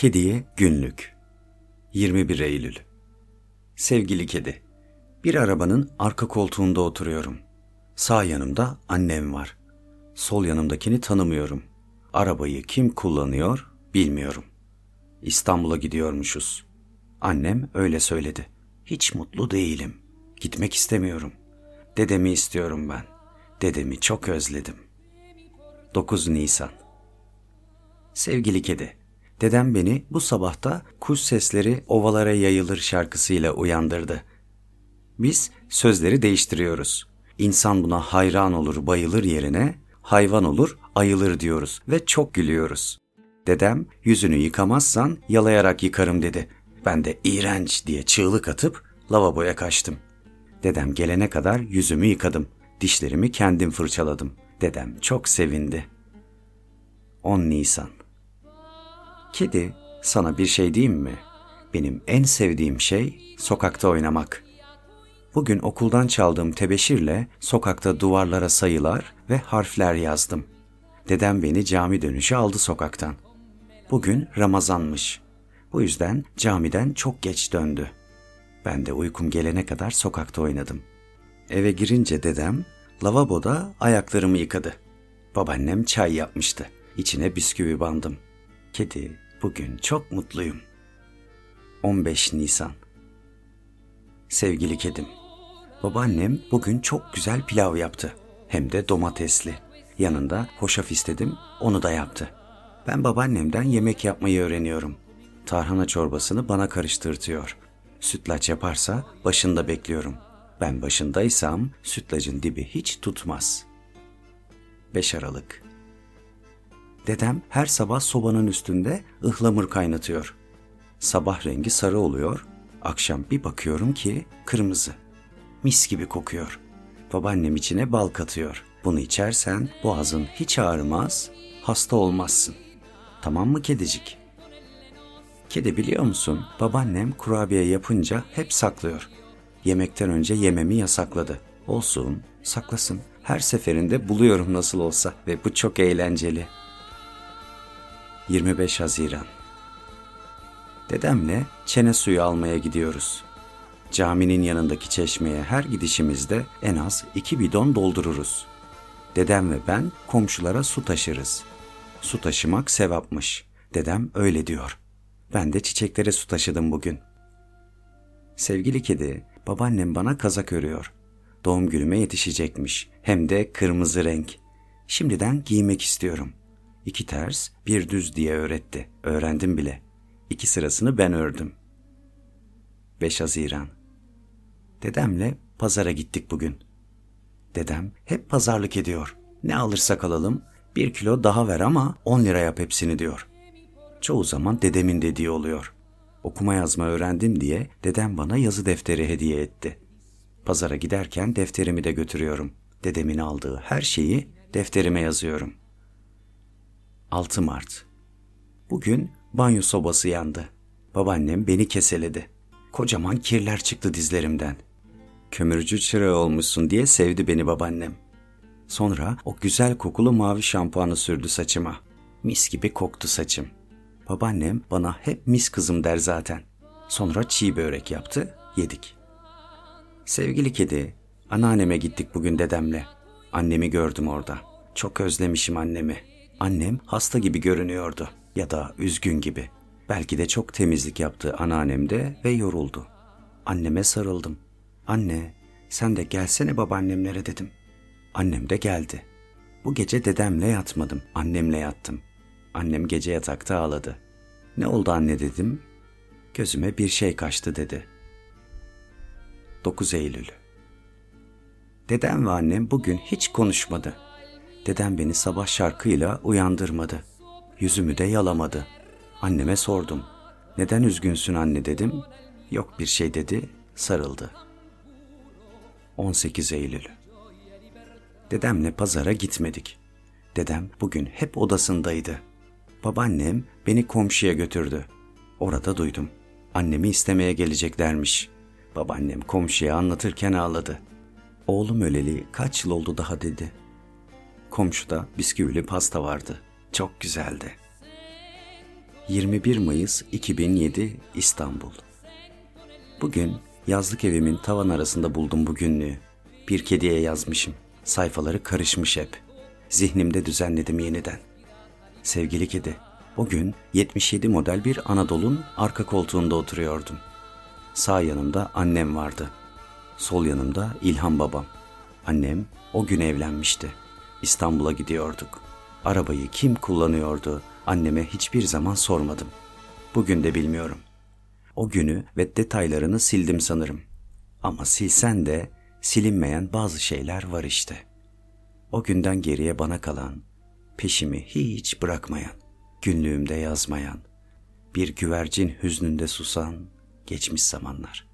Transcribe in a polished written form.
Kediye günlük. 21 Eylül. Sevgili kedi, bir arabanın arka koltuğunda oturuyorum. Sağ yanımda annem var. Sol yanımdakini tanımıyorum. Arabayı kim kullanıyor bilmiyorum. İstanbul'a gidiyormuşuz. Annem öyle söyledi. Hiç mutlu değilim. Gitmek istemiyorum. Dedemi istiyorum ben. Dedemi çok özledim. 9 Nisan. Sevgili kedi, dedem beni bu sabahta kuş sesleri ovalara yayılır şarkısıyla uyandırdı. Biz sözleri değiştiriyoruz. İnsan buna hayran olur bayılır yerine hayvan olur ayılır diyoruz ve çok gülüyoruz. Dedem yüzünü yıkamazsan yalayarak yıkarım dedi. Ben de iğrenç diye çığlık atıp lavaboya kaçtım. Dedem gelene kadar yüzümü yıkadım. Dişlerimi kendim fırçaladım. Dedem çok sevindi. 10 Nisan. Kedi, sana bir şey diyeyim mi? Benim en sevdiğim şey sokakta oynamak. Bugün okuldan çaldığım tebeşirle sokakta duvarlara sayılar ve harfler yazdım. Dedem beni cami dönüşü aldı sokaktan. Bugün Ramazanmış. Bu yüzden camiden çok geç döndü. Ben de uykum gelene kadar sokakta oynadım. Eve girince dedem lavaboda ayaklarımı yıkadı. Babaannem çay yapmıştı. İçine bisküvi bandım. Kedi, bugün çok mutluyum. 15 Nisan. Sevgili kedim, babaannem bugün çok güzel pilav yaptı. Hem de domatesli. Yanında hoşaf istedim, onu da yaptı. Ben babaannemden yemek yapmayı öğreniyorum. Tarhana çorbasını bana karıştırtıyor. Sütlaç yaparsa başında bekliyorum. Ben başındaysam sütlacın dibi hiç tutmaz. 5 Aralık. Dedem her sabah sobanın üstünde ıhlamur kaynatıyor. Sabah rengi sarı oluyor, akşam bir bakıyorum ki kırmızı. Mis gibi kokuyor. Babaannem içine bal katıyor. Bunu içersen boğazın hiç ağrımaz, hasta olmazsın. Tamam mı kedicik? Kedi biliyor musun? Babaannem kurabiye yapınca hep saklıyor. Yemekten önce yememi yasakladı. Olsun, saklasın. Her seferinde buluyorum nasıl olsa ve bu çok eğlenceli. 25 Haziran. Dedemle çene suyu almaya gidiyoruz. Caminin yanındaki çeşmeye her gidişimizde en az 2 bidon doldururuz. Dedem ve ben komşulara su taşırız. Su taşımak sevapmış. Dedem öyle diyor. Ben de çiçeklere su taşıdım bugün. Sevgili kedi, babaannem bana kazak örüyor. Doğum günüme yetişecekmiş. Hem de kırmızı renk. Şimdiden giymek istiyorum. 2 ters, 1 düz diye öğretti. Öğrendim bile. 2 sırasını ben ördüm. 5 Haziran. Dedemle pazara gittik bugün. Dedem hep pazarlık ediyor. Ne alırsak alalım 1 kilo daha ver ama 10 lira yap hepsini diyor. Çoğu zaman dedemin dediği oluyor. Okuma yazma öğrendim diye dedem bana yazı defteri hediye etti. Pazara giderken defterimi de götürüyorum. Dedemin aldığı her şeyi defterime yazıyorum. 6 Mart. Bugün banyo sobası yandı. Babaannem beni keseledi. Kocaman kirler çıktı dizlerimden. Kömürcü çırağı olmuşsun diye sevdi beni babaannem. Sonra o güzel kokulu mavi şampuanı sürdü saçıma. Mis gibi koktu saçım. Babaannem bana hep mis kızım der zaten. Sonra çiğ börek yaptı, yedik. Sevgili kedi, anneanneme gittik bugün dedemle. Annemi gördüm orada. Çok özlemişim annemi. Annem hasta gibi görünüyordu ya da üzgün gibi. Belki de çok temizlik yaptı anneannem de ve yoruldu. Anneme sarıldım. Anne, sen de gelsene babaannemlere dedim. Annem de geldi. Bu gece dedemle yatmadım, annemle yattım. Annem gece yatakta ağladı. Ne oldu anne dedim. Gözüme bir şey kaçtı dedi. 9 Eylül. Dedem ve annem bugün hiç konuşmadı. Dedem beni sabah şarkıyla uyandırmadı. Yüzümü de yalamadı. Anneme sordum. Neden üzgünsün anne dedim. Yok bir şey dedi, sarıldı. 18 Eylül. Dedemle pazara gitmedik. Dedem bugün hep odasındaydı. Babaannem beni komşuya götürdü. Orada duydum. Annemi istemeye geleceklermiş. Babaannem komşuya anlatırken ağladı. Oğlum öleli kaç yıl oldu daha dedi. Komşuda bisküvili pasta vardı. Çok güzeldi. 21 Mayıs 2007 İstanbul. Bugün yazlık evimin tavan arasında buldum bu günlüğü. Bir kediye yazmışım. Sayfaları karışmış hep. Zihnimde düzenledim yeniden. Sevgili kedi, o gün 77 model bir Anadolu'nun arka koltuğunda oturuyordum. Sağ yanımda annem vardı. Sol yanımda İlhan babam. Annem o gün evlenmişti. İstanbul'a gidiyorduk. Arabayı kim kullanıyordu? Anneme hiçbir zaman sormadım. Bugün de bilmiyorum. O günü ve detaylarını sildim sanırım. Ama silsen de silinmeyen bazı şeyler var işte. O günden geriye bana kalan, peşimi hiç bırakmayan, günlüğümde yazmayan, bir güvercin hüznünde susan geçmiş zamanlar.